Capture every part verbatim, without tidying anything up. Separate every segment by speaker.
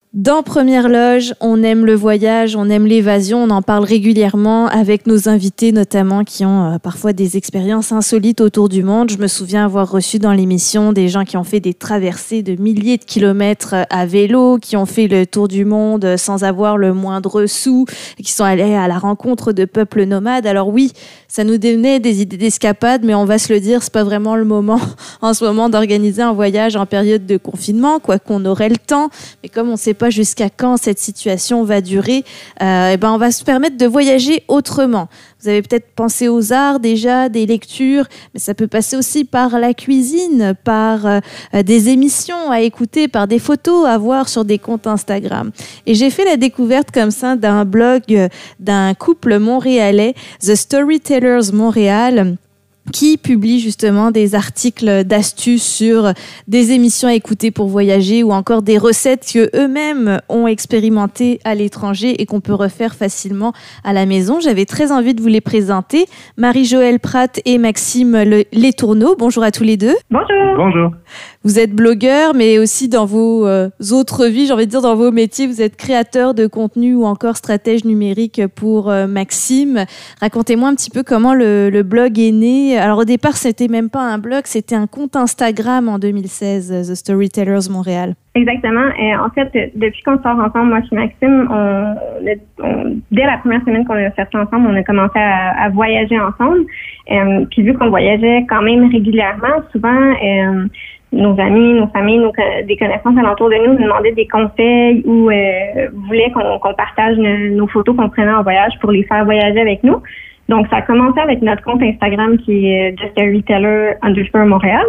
Speaker 1: Dans Première Loge, on aime le voyage, on aime l'évasion, on en parle régulièrement avec nos invités notamment qui ont euh, parfois des expériences insolites autour du monde. Je me souviens avoir reçu dans l'émission des gens qui ont fait des traversées de milliers de kilomètres à vélo, qui ont fait le tour du monde sans avoir le moindre sou, qui sont allés à la rencontre de peuples nomades. Alors oui, ça nous donnait des idées d'escapade, mais on va se le dire, c'est pas vraiment le moment en ce moment d'organiser un voyage en période de confinement, quoi qu'on aurait le temps. Mais comme on sait pas jusqu'à quand cette situation va durer, euh, et ben on va se permettre de voyager autrement. Vous avez peut-être pensé aux arts déjà, des lectures, mais ça peut passer aussi par la cuisine, par euh, des émissions à écouter, par des photos à voir sur des comptes Instagram. Et j'ai fait la découverte comme ça d'un blog d'un couple montréalais, The Storytellers Montréal, qui publie justement des articles d'astuces sur des émissions à écouter pour voyager ou encore des recettes qu'eux-mêmes ont expérimentées à l'étranger et qu'on peut refaire facilement à la maison. J'avais très envie de vous les présenter. Marie-Joëlle Pratt et Maxime Le- Letourneau. Bonjour à tous les deux.
Speaker 2: Bonjour.
Speaker 3: Bonjour.
Speaker 1: Vous êtes blogueur, mais aussi dans vos euh, autres vies, j'ai envie de dire dans vos métiers, vous êtes créateur de contenu ou encore stratège numérique pour euh, Maxime. Racontez-moi un petit peu comment le, le blog est né. Alors au départ, c'était même pas un blog, c'était un compte Instagram en deux mille seize, The Storytellers Montréal.
Speaker 2: Exactement. Euh, en fait, depuis qu'on sort ensemble, moi et Maxime, on, on, dès la première semaine qu'on a fait ça ensemble, on a commencé à, à voyager ensemble. Euh, puis vu qu'on voyageait quand même régulièrement, souvent euh, nos amis, nos familles, nos, des connaissances alentour de nous nous demandaient des conseils ou euh, voulaient qu'on, qu'on partage nos, nos photos qu'on prenait en voyage pour les faire voyager avec nous. Donc, ça a commencé avec notre compte Instagram qui est The Storyteller underscore Montréal,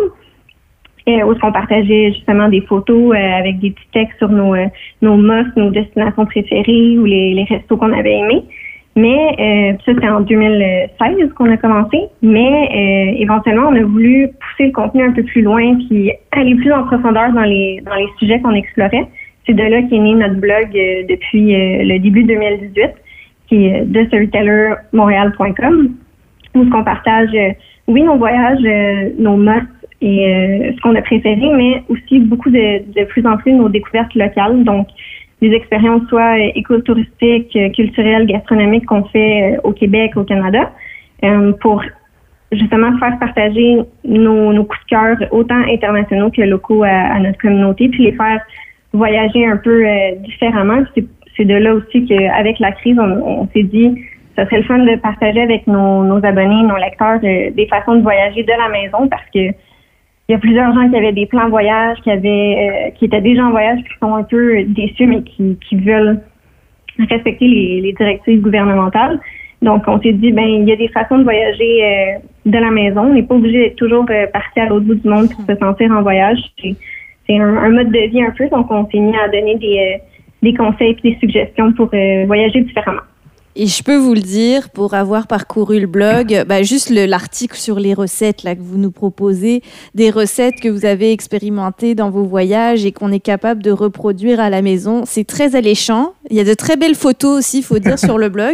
Speaker 2: et où on partageait justement des photos euh, avec des petits textes sur nos euh, nos must, nos destinations préférées ou les, les restos qu'on avait aimés. Mais euh, ça, c'était en deux mille seize qu'on a commencé. Mais euh, éventuellement, on a voulu pousser le contenu un peu plus loin puis aller plus en profondeur dans les dans les sujets qu'on explorait. C'est de là qu'est né notre blog euh, depuis euh, le début deux mille dix-huit, qui est the storyteller montréal point com, où on partage, euh, oui, nos voyages, euh, nos must et euh, ce qu'on a préféré, mais aussi beaucoup de, de plus en plus nos découvertes locales. Donc, des expériences soit euh, écotouristiques, euh, culturelles, gastronomiques qu'on fait euh, au Québec, au Canada, euh, pour justement faire partager nos, nos coups de cœur autant internationaux que locaux à, à notre communauté, puis les faire voyager un peu euh, différemment. C'est, c'est de là aussi qu'avec la crise, on, on s'est dit ça serait le fun de partager avec nos, nos abonnés, nos lecteurs, euh, des façons de voyager de la maison, parce que il y a plusieurs gens qui avaient des plans voyage, qui avaient, euh, qui étaient déjà en voyage, qui sont un peu déçus, mais qui, qui veulent respecter les, les directives gouvernementales. Donc, on s'est dit, ben, il y a des façons de voyager euh, de la maison. On n'est pas obligé d'être toujours euh, parti à l'autre bout du monde pour se sentir en voyage. C'est, c'est un, un mode de vie un peu. Donc, on s'est mis à donner des, euh, des conseils et des suggestions pour euh, voyager différemment.
Speaker 1: Et je peux vous le dire, pour avoir parcouru le blog, bah juste le, l'article sur les recettes là, que vous nous proposez, des recettes que vous avez expérimentées dans vos voyages et qu'on est capable de reproduire à la maison, c'est très alléchant. Il y a de très belles photos aussi, il faut dire, sur le blog.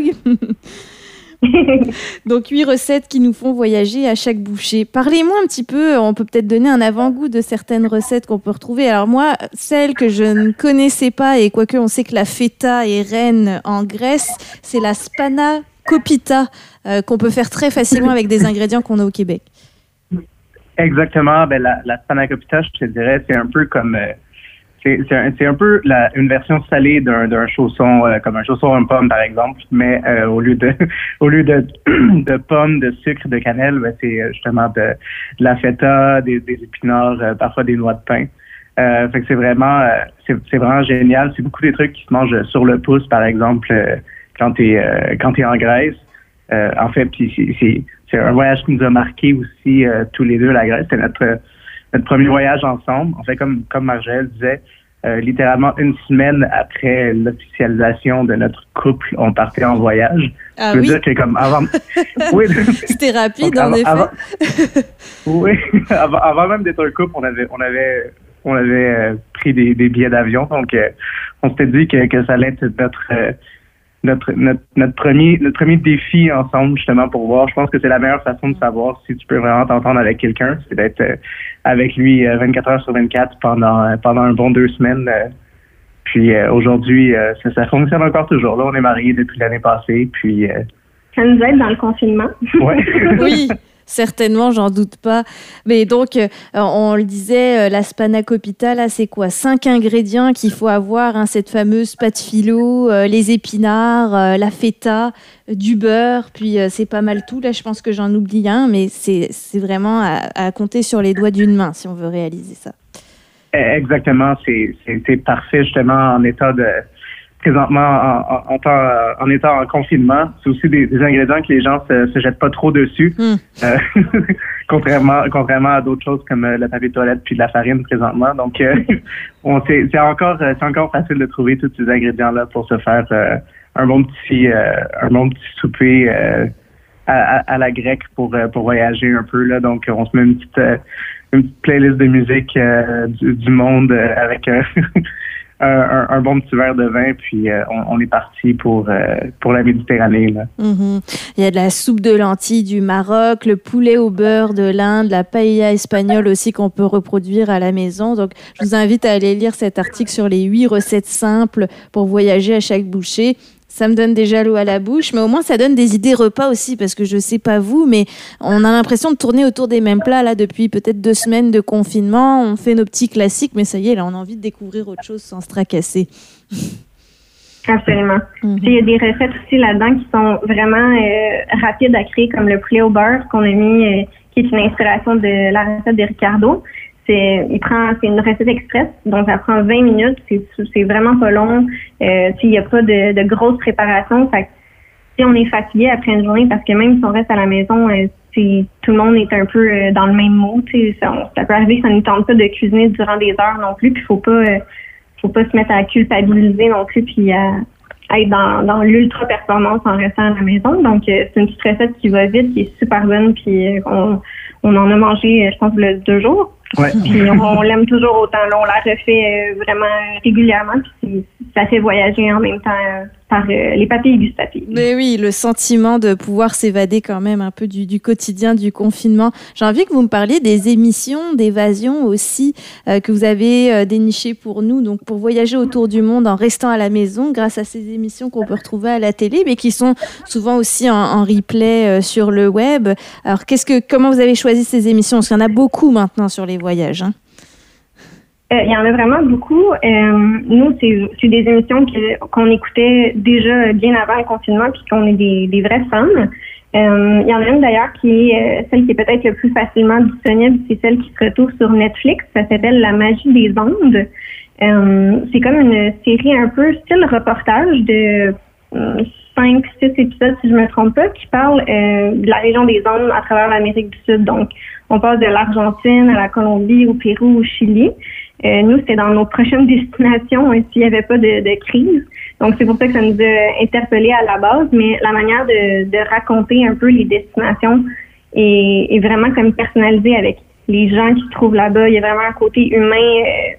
Speaker 1: Donc, huit recettes qui nous font voyager à chaque bouchée. Parlez-moi un petit peu, on peut peut-être donner un avant-goût de certaines recettes qu'on peut retrouver. Alors moi, celle que je ne connaissais pas, et quoique on sait que la feta est reine en Grèce, c'est la spanakopita, euh, qu'on peut faire très facilement avec des ingrédients qu'on a au Québec.
Speaker 3: Exactement. Ben, la, la spanakopita, je te dirais, c'est un peu comme... Euh, C'est, c'est, un, c'est un peu la, une version salée d'un, d'un chausson, euh, comme un chausson à pomme, par exemple, mais euh, au lieu de au lieu de, de pommes, de sucre, de cannelle, ben, c'est justement de, de la feta, des, des épinards, euh, parfois des noix de pin. Euh, fait que c'est vraiment euh, c'est, c'est vraiment génial. C'est beaucoup des trucs qui se mangent sur le pouce, par exemple, euh, quand t'es euh, quand t'es en Grèce. Euh, en fait, puis c'est, c'est, c'est un voyage qui nous a marqué aussi euh, tous les deux, la Grèce. C'était notre notre premier voyage ensemble. En fait, comme comme Marie-Joëlle disait, euh, littéralement une semaine après l'officialisation de notre couple, on partait en voyage.
Speaker 1: Ah
Speaker 3: Je veux
Speaker 1: oui?
Speaker 3: dire que comme avant... oui,
Speaker 1: C'était rapide,
Speaker 3: donc,
Speaker 1: en
Speaker 3: avant,
Speaker 1: effet.
Speaker 3: Avant... oui, avant, avant même d'être un couple, on avait on avait on avait euh, pris des, des billets d'avion. Donc, euh, on s'était dit que, que ça allait être notre euh, Notre, notre notre premier notre premier défi ensemble, justement, pour voir. Je pense que c'est la meilleure façon de savoir si tu peux vraiment t'entendre avec quelqu'un, c'est d'être euh, avec lui euh, vingt-quatre heures sur vingt-quatre pendant euh, pendant un bon deux semaines. Euh, Puis euh, aujourd'hui, euh, ça, ça fonctionne encore toujours. Là, on est mariés depuis l'année passée. Puis euh...
Speaker 2: ça nous aide dans le confinement.
Speaker 3: Ouais.
Speaker 1: Oui. Certainement, j'en doute pas. Mais donc, euh, on le disait, euh, la spanakopita, là, c'est quoi? Cinq ingrédients qu'il faut avoir, hein, cette fameuse pâte philo, euh, les épinards, euh, la feta, euh, du beurre, puis euh, c'est pas mal tout. Là, je pense que j'en oublie un, mais c'est, c'est vraiment à, à compter sur les doigts d'une main si on veut réaliser ça.
Speaker 3: Exactement, c'est, c'est, c'est parfait justement en état de... Présentement, en, en, en, en étant en confinement, c'est aussi des, des ingrédients que les gens se, se jettent pas trop dessus, mm. euh, contrairement, contrairement à d'autres choses comme le papier de toilette puis de la farine présentement. Donc, euh, on, c'est, c'est encore, c'est encore facile de trouver tous ces ingrédients-là pour se faire euh, un bon petit, euh, un bon petit souper euh, à, à, à la grecque pour pour voyager un peu là. Donc, on se met une petite, une petite playlist de musique euh, du, du monde euh, avec euh, Un, un bon petit verre de vin, puis euh, on, on est parti pour euh, pour la Méditerranée. Là.
Speaker 1: Mm-hmm. Il y a de la soupe de lentilles du Maroc, le poulet au beurre de l'Inde, la paella espagnole aussi qu'on peut reproduire à la maison. Donc, je vous invite à aller lire cet article sur les huit recettes simples pour voyager à chaque bouchée. Ça me donne déjà l'eau à la bouche, mais au moins ça donne des idées repas aussi, parce que je sais pas vous, mais on a l'impression de tourner autour des mêmes plats là depuis peut-être deux semaines de confinement. On fait nos petits classiques, mais ça y est, là, on a envie de découvrir autre chose sans se tracasser.
Speaker 2: Absolument. Mm-hmm. Il y a des recettes aussi là-dedans qui sont vraiment euh, rapides à créer, comme le poulet au beurre qu'on a mis, euh, qui est une inspiration de la recette de Ricardo. C'est, il prend, c'est une recette express, donc ça prend vingt minutes. C'est, c'est vraiment pas long. Euh, il n'y a pas de, de grosse préparation. Fait que, si on est fatigué après une journée, parce que même si on reste à la maison, euh, tout le monde est un peu euh, dans le même mood. Ça, ça peut arriver que ça ne nous tente pas de cuisiner durant des heures non plus. Puis faut pas, euh, faut pas se mettre à culpabiliser non plus, puis à, à être dans, dans l'ultra performance en restant à la maison. Donc euh, c'est une petite recette qui va vite, qui est super bonne. Puis euh, on, on en a mangé, je pense, le deux jours.
Speaker 3: Ouais.
Speaker 2: Puis on, on l'aime toujours autant. Là, on la refait euh, vraiment régulièrement. Puis ça fait voyager en même temps euh, par euh, les papilles gustatives.
Speaker 1: Mais oui, le sentiment de pouvoir s'évader quand même un peu du, du quotidien, du confinement. J'ai envie que vous me parliez des émissions d'évasion aussi euh, que vous avez euh, dénichées pour nous, donc pour voyager autour du monde en restant à la maison grâce à ces émissions qu'on peut retrouver à la télé, mais qui sont souvent aussi en, en replay euh, sur le web. Alors, qu'est-ce que, comment vous avez choisi ces émissions? Parce qu'il y en a beaucoup maintenant sur les voyages. Hein.
Speaker 2: Euh, il y en a vraiment beaucoup. Euh, nous, c'est, c'est des émissions que, qu'on écoutait déjà bien avant le confinement, puis qu'on est des, des vrais fans. Euh, il y en a une d'ailleurs qui est euh, celle qui est peut-être le plus facilement disponible, c'est celle qui se retrouve sur Netflix. Ça s'appelle La magie des ondes. Euh, c'est comme une série un peu style reportage de euh, cinq, six épisodes, si je me trompe pas, qui parle euh, de la région des ondes à travers l'Amérique du Sud. Donc, on passe de l'Argentine à la Colombie, au Pérou, au Chili. Euh, nous, c'était dans nos prochaines destinations hein, s'il n'y avait pas de, de crise. Donc, c'est pour ça que ça nous a interpellés à la base. Mais la manière de, de raconter un peu les destinations est, est vraiment comme personnalisée avec les gens qui se trouvent là-bas. Il y a vraiment un côté humain euh,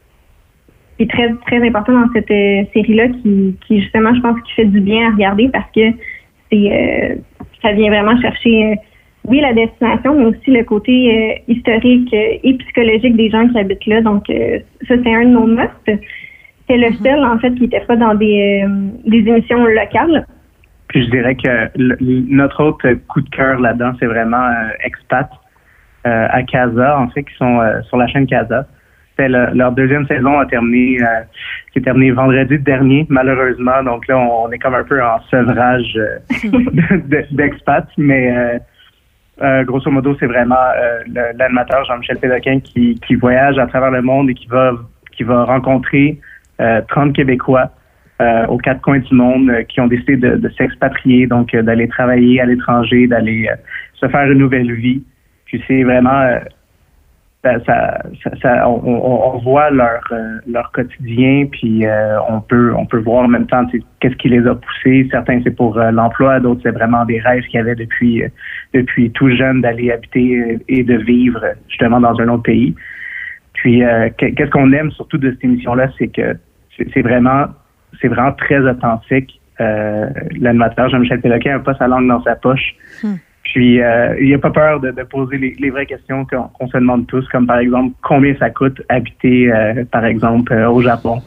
Speaker 2: qui est très, très important dans cette euh, série-là qui, qui, justement, je pense, qui fait du bien à regarder parce que c'est euh, ça vient vraiment chercher... Euh, oui, la destination, mais aussi le côté euh, historique euh, et psychologique des gens qui habitent là. Donc, euh, ça, c'est un de nos musts. C'est le seul, en fait, qui n'était pas dans des, euh, des émissions locales.
Speaker 3: Puis je dirais que le, notre autre coup de cœur là-dedans, c'est vraiment euh, Expat euh, à Casa, en fait, qui sont euh, sur la chaîne Casa. C'était le, leur deuxième saison a terminé, euh, c'est terminé vendredi dernier, malheureusement. Donc là, on, on est comme un peu en sevrage euh, de, d'Expat, mais... Euh, Euh, grosso modo, c'est vraiment euh, le, l'animateur Jean-Michel Péloquin qui, qui voyage à travers le monde et qui va qui va rencontrer euh, trente Québécois euh, aux quatre coins du monde euh, qui ont décidé de, de s'expatrier, donc euh, d'aller travailler à l'étranger, d'aller euh, se faire une nouvelle vie. Puis c'est vraiment euh, ça, ça, ça, ça on, on voit leur euh, leur quotidien, puis euh, on peut on peut voir en même temps qu'est-ce qui les a poussés. Certains c'est pour euh, l'emploi, d'autres c'est vraiment des rêves qu'ils avaient depuis euh, depuis tout jeune d'aller habiter et de vivre justement dans un autre pays. Puis euh, qu'est-ce qu'on aime surtout de cette émission-là, c'est que c'est, c'est vraiment c'est vraiment très authentique. Euh, l'animateur Jean-Michel Péloquin n'a pas sa langue dans sa poche. Hmm. Puis, euh, il n'a pas peur de, de poser les, les vraies questions qu'on, qu'on se demande tous, comme par exemple, combien ça coûte habiter, euh, par exemple, euh, au Japon.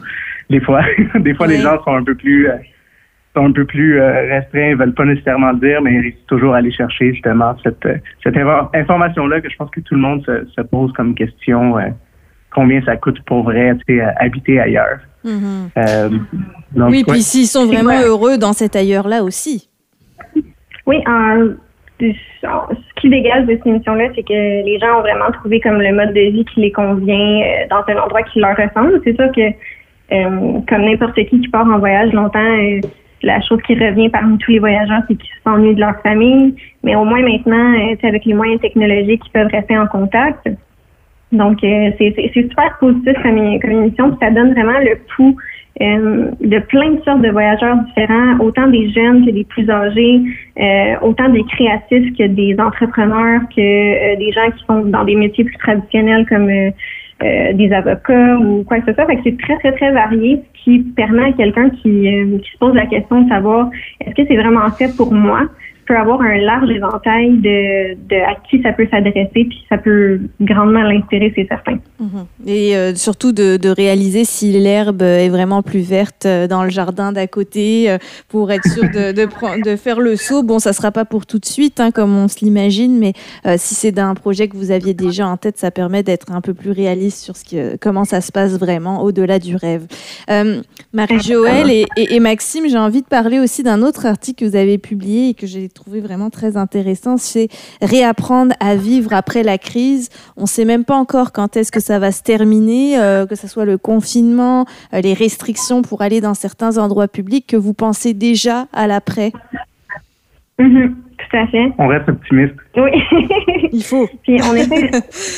Speaker 3: des fois, des fois, oui. les gens sont un peu plus, euh, sont un peu plus euh, restreints, veulent pas nécessairement le dire, mais ils réussissent toujours à aller chercher justement cette, cette information-là que je pense que tout le monde se, se pose comme question. Euh, combien ça coûte pour vrai, tu sais, habiter ailleurs.
Speaker 1: Mm-hmm.
Speaker 3: Euh, donc,
Speaker 1: oui,
Speaker 3: ouais.
Speaker 1: puis s'ils sont vraiment ouais. heureux dans cet ailleurs-là aussi.
Speaker 2: Oui, euh, ce qui dégage de cette émission-là, c'est que les gens ont vraiment trouvé comme le mode de vie qui les convient euh, dans un endroit qui leur ressemble. C'est sûr que, euh, comme n'importe qui qui part en voyage longtemps, euh, la chose qui revient parmi tous les voyageurs, c'est qu'ils s'ennuient de leur famille. Mais au moins maintenant, euh, avec les moyens technologiques, ils peuvent rester en contact. Donc, euh, c'est, c'est, c'est super positif comme, comme émission, puis ça donne vraiment le pouls euh, de plein de sortes de voyageurs différents, autant des jeunes que des plus âgés, euh, autant des créatifs que des entrepreneurs, que euh, des gens qui sont dans des métiers plus traditionnels comme euh, euh, des avocats ou quoi que ce soit. Fait que c'est très, très, très varié, ce qui permet à quelqu'un qui, euh, qui se pose la question de savoir est-ce que c'est vraiment fait pour moi? Peut avoir un large éventail de, de à qui ça peut s'adresser, puis ça peut grandement l'inspirer, c'est certain.
Speaker 1: Mm-hmm. Et euh, surtout de, de réaliser si l'herbe est vraiment plus verte dans le jardin d'à côté, euh, pour être sûr de, de, prendre, de faire le saut. Bon, ça sera pas pour tout de suite, hein, comme on se l'imagine, mais euh, si c'est d'un projet que vous aviez déjà en tête, ça permet d'être un peu plus réaliste sur ce que, comment ça se passe vraiment au-delà du rêve. Euh, Marie-Joëlle et, et, et Maxime, j'ai envie de parler aussi d'un autre article que vous avez publié et que j'ai trouvé vraiment très intéressant, c'est réapprendre à vivre après la crise. On ne sait même pas encore quand est-ce que ça va se terminer, euh, que ce soit le confinement, euh, les restrictions pour aller dans certains endroits publics, que vous pensez déjà à l'après.
Speaker 2: Mm-hmm, tout à fait.
Speaker 3: On reste optimiste.
Speaker 2: Oui.
Speaker 1: Il faut.
Speaker 2: Puis on essaie,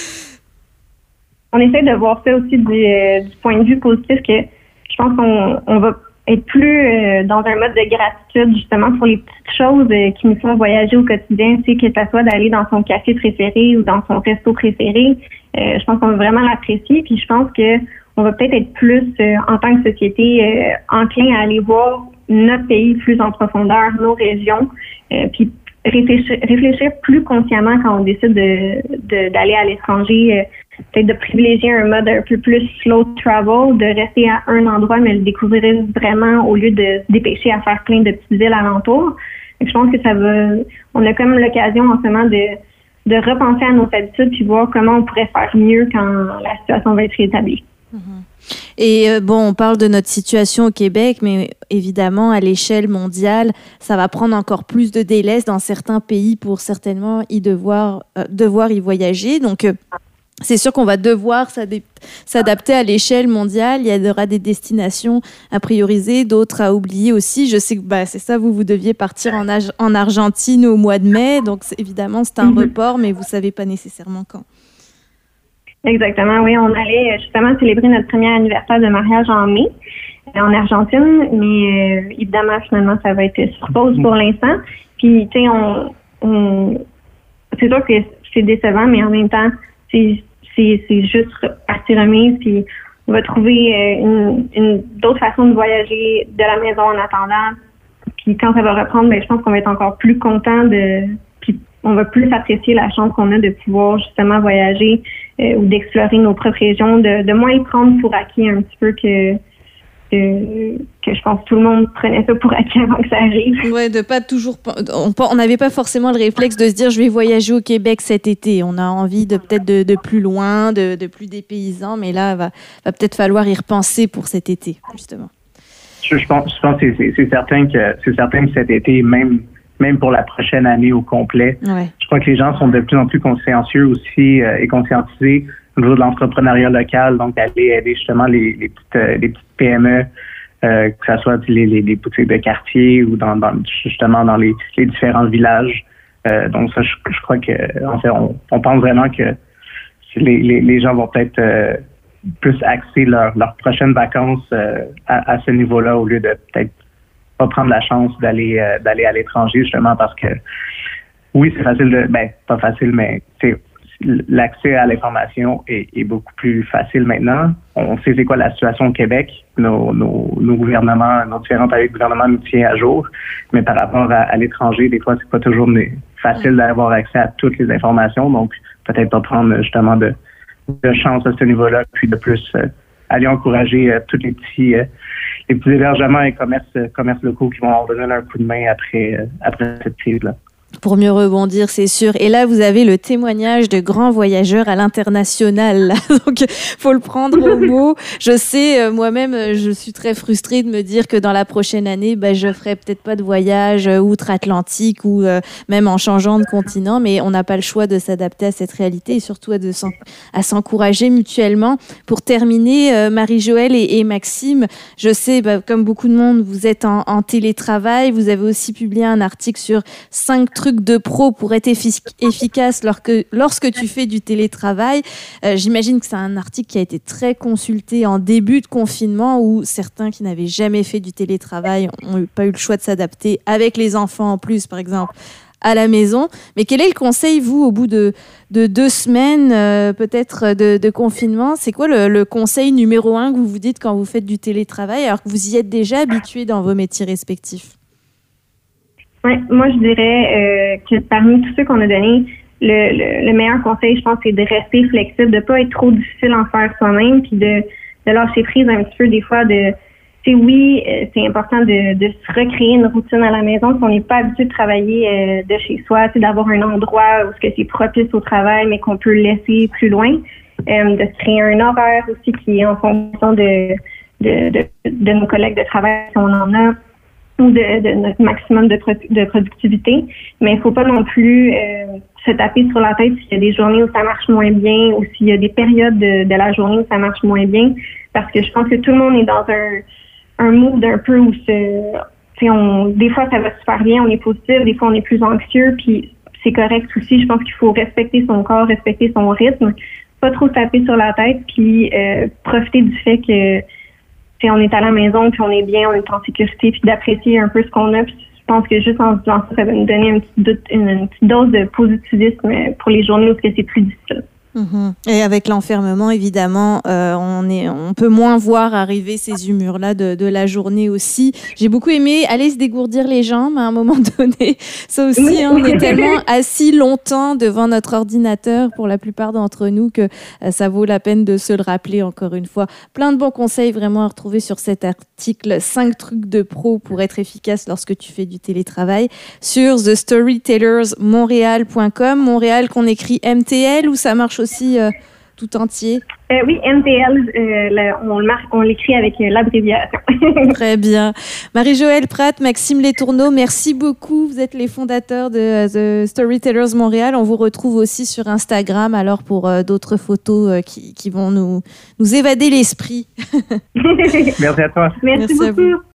Speaker 2: on essaie de voir ça aussi du, euh, du point de vue positif, que je pense qu'on on va être plus euh, dans un mode de gratitude justement pour les petites choses euh, qui nous font voyager au quotidien, tu sais, que ça soit d'aller dans son café préféré ou dans son resto préféré. Euh, je pense qu'on va vraiment l'apprécier, puis je pense que on va peut-être être plus euh, en tant que société euh, enclin à aller voir notre pays plus en profondeur, nos régions, euh, puis réfléchir, réfléchir plus consciemment quand on décide de, de d'aller à l'étranger. Euh, peut-être de privilégier un mode un peu plus slow travel, de rester à un endroit, mais le découvrir vraiment au lieu de se dépêcher à faire plein de petites villes alentours. Donc, je pense que ça va, on a comme l'occasion en ce moment de, de repenser à nos habitudes puis voir comment on pourrait faire mieux quand la situation va être rétablie.
Speaker 1: Mm-hmm. Et euh, bon, on parle de notre situation au Québec, mais évidemment, à l'échelle mondiale, ça va prendre encore plus de délais dans certains pays pour certainement y devoir, euh, devoir y voyager. Donc, euh, c'est sûr qu'on va devoir s'adapter à l'échelle mondiale. Il y aura des destinations à prioriser, d'autres à oublier aussi. Je sais que bah, c'est ça, vous, vous deviez partir en, Ag- en Argentine au mois de mai. Donc, c'est, évidemment, c'est un mm-hmm. report, mais vous ne savez pas nécessairement quand.
Speaker 2: Exactement, oui. On allait justement célébrer notre premier anniversaire de mariage en mai en Argentine. Mais euh, évidemment, finalement, ça va être sur pause pour l'instant. Puis, tu sais, on, on, c'est sûr que c'est décevant, mais en même temps, c'est C'est, c'est juste partie remise, puis on va trouver euh, une, une d'autres façons de voyager de la maison en attendant. Puis quand ça va reprendre, ben je pense qu'on va être encore plus content de, puis on va plus apprécier la chance qu'on a de pouvoir justement voyager euh, ou d'explorer nos propres régions, de, de moins le prendre pour acquis un petit peu que que, que je pense que tout le monde prenait ça pour acquis avant que ça arrive.
Speaker 1: Ouais, de pas toujours, on n'avait pas forcément le réflexe de se dire je vais voyager au Québec cet été. On a envie de peut-être de, de plus loin, de, de plus dépaysant, mais là va, va peut-être falloir y repenser pour cet été justement.
Speaker 3: Je, je pense, je pense que c'est, c'est certain que c'est certain que cet été, même même pour la prochaine année au complet,
Speaker 1: ouais.
Speaker 3: je crois que les gens sont de plus en plus consciencieux aussi euh, et conscientisés au niveau de l'entrepreneuriat local, donc aller aider justement les, les, petites, euh, les petites P M E, euh, que ce soit les, les, les boutiques de quartier ou dans, dans justement dans les, les différents villages. Euh, donc ça, je, je crois que en fait, on, on pense vraiment que les, les, les gens vont peut-être euh, plus axer leur, leurs prochaines vacances euh, à, à ce niveau-là au lieu de peut-être pas prendre la chance d'aller euh, d'aller à l'étranger, justement parce que oui, c'est facile de ben pas facile, mais c'est l'accès à l'information est, est beaucoup plus facile maintenant. On sait c'est quoi la situation au Québec. Nos, nos, nos gouvernements, nos différents pays de gouvernement nous tiennent à jour. Mais par rapport à, à l'étranger, des fois, c'est pas toujours facile d'avoir accès à toutes les informations. Donc, peut-être pas prendre justement de, de chance à ce niveau-là, puis de plus euh, aller encourager euh, tous les petits, euh, les petits hébergements et commerces, euh, commerces locaux qui vont leur donner un coup de main après, euh, après cette crise-là.
Speaker 1: Pour mieux rebondir, c'est sûr. Et là, vous avez le témoignage de grands voyageurs à l'international. Là. Donc, faut le prendre au mot. Je sais, euh, moi-même, je suis très frustrée de me dire que dans la prochaine année, ben, je ferai peut-être pas de voyage euh, outre-Atlantique ou euh, même en changeant de continent, mais on n'a pas le choix de s'adapter à cette réalité et surtout à, de s'en, à s'encourager mutuellement. Pour terminer, euh, Marie-Joëlle et, et Maxime, je sais, ben, comme beaucoup de monde, vous êtes en, en télétravail. Vous avez aussi publié un article sur cinq trucs de pro pour être effic- efficace lorsque, lorsque tu fais du télétravail. Euh, j'imagine que c'est un article qui a été très consulté en début de confinement où certains qui n'avaient jamais fait du télétravail n'ont pas eu le choix de s'adapter avec les enfants en plus, par exemple, à la maison. Mais quel est le conseil, vous, au bout de, de deux semaines, euh, peut-être, de, de confinement? C'est quoi le, le conseil numéro un que vous vous dites quand vous faites du télétravail alors que vous y êtes déjà habitués dans vos métiers respectifs?
Speaker 2: Oui, moi je dirais euh, que parmi tous ceux qu'on a donnés, le, le, le meilleur conseil, je pense, c'est de rester flexible, de pas être trop difficile en faire soi-même, puis de, de lâcher prise un petit peu des fois. De, tu sais, oui, euh, c'est important de, de se recréer une routine à la maison, si on n'est pas habitué de travailler euh, de chez soi, tu sais, d'avoir un endroit où ce que c'est propice au travail, mais qu'on peut laisser plus loin, euh, de se créer un horaire aussi qui est en fonction de de, de, de nos collègues de travail si on en a, ou de, de notre maximum de, pro- de productivité. Mais il ne faut pas non plus euh, se taper sur la tête s'il y a des journées où ça marche moins bien ou s'il y a des périodes de, de la journée où ça marche moins bien. Parce que je pense que tout le monde est dans un, un mood un peu où se, on, des fois ça va super bien, on est positif, des fois on est plus anxieux, puis c'est correct aussi. Je pense qu'il faut respecter son corps, respecter son rythme, pas trop se taper sur la tête, puis euh, profiter du fait que on est à la maison, puis on est bien, on est en sécurité, puis d'apprécier un peu ce qu'on a. Puis je pense que juste en se disant ça, ça va nous donner une petite, doute, une, une petite dose de positivisme pour les journées où c'est plus difficile.
Speaker 1: Mmh. Et avec l'enfermement, évidemment, euh, on est, on peut moins voir arriver ces humeurs-là de, de la journée aussi. J'ai beaucoup aimé aller se dégourdir les jambes à un moment donné. Ça aussi, oui. hein, on est tellement assis longtemps devant notre ordinateur pour la plupart d'entre nous que euh, ça vaut la peine de se le rappeler encore une fois. Plein de bons conseils vraiment à retrouver sur cet article. cinq trucs de pro pour être efficace lorsque tu fais du télétravail sur the storytellers montréal point com. Montréal qu'on écrit M T L ou ça marche aussi euh, tout entier?
Speaker 2: Euh, oui, M T L, euh, le, on, le marque, on l'écrit avec euh, l'abréviation.
Speaker 1: Très bien. Marie-Joëlle Pratt, Maxime Letourneau, merci beaucoup. Vous êtes les fondateurs de uh, The Storytellers Montréal. On vous retrouve aussi sur Instagram alors pour euh, d'autres photos euh, qui, qui vont nous, nous évader l'esprit.
Speaker 3: Merci à toi.
Speaker 2: Merci, merci beaucoup. À vous.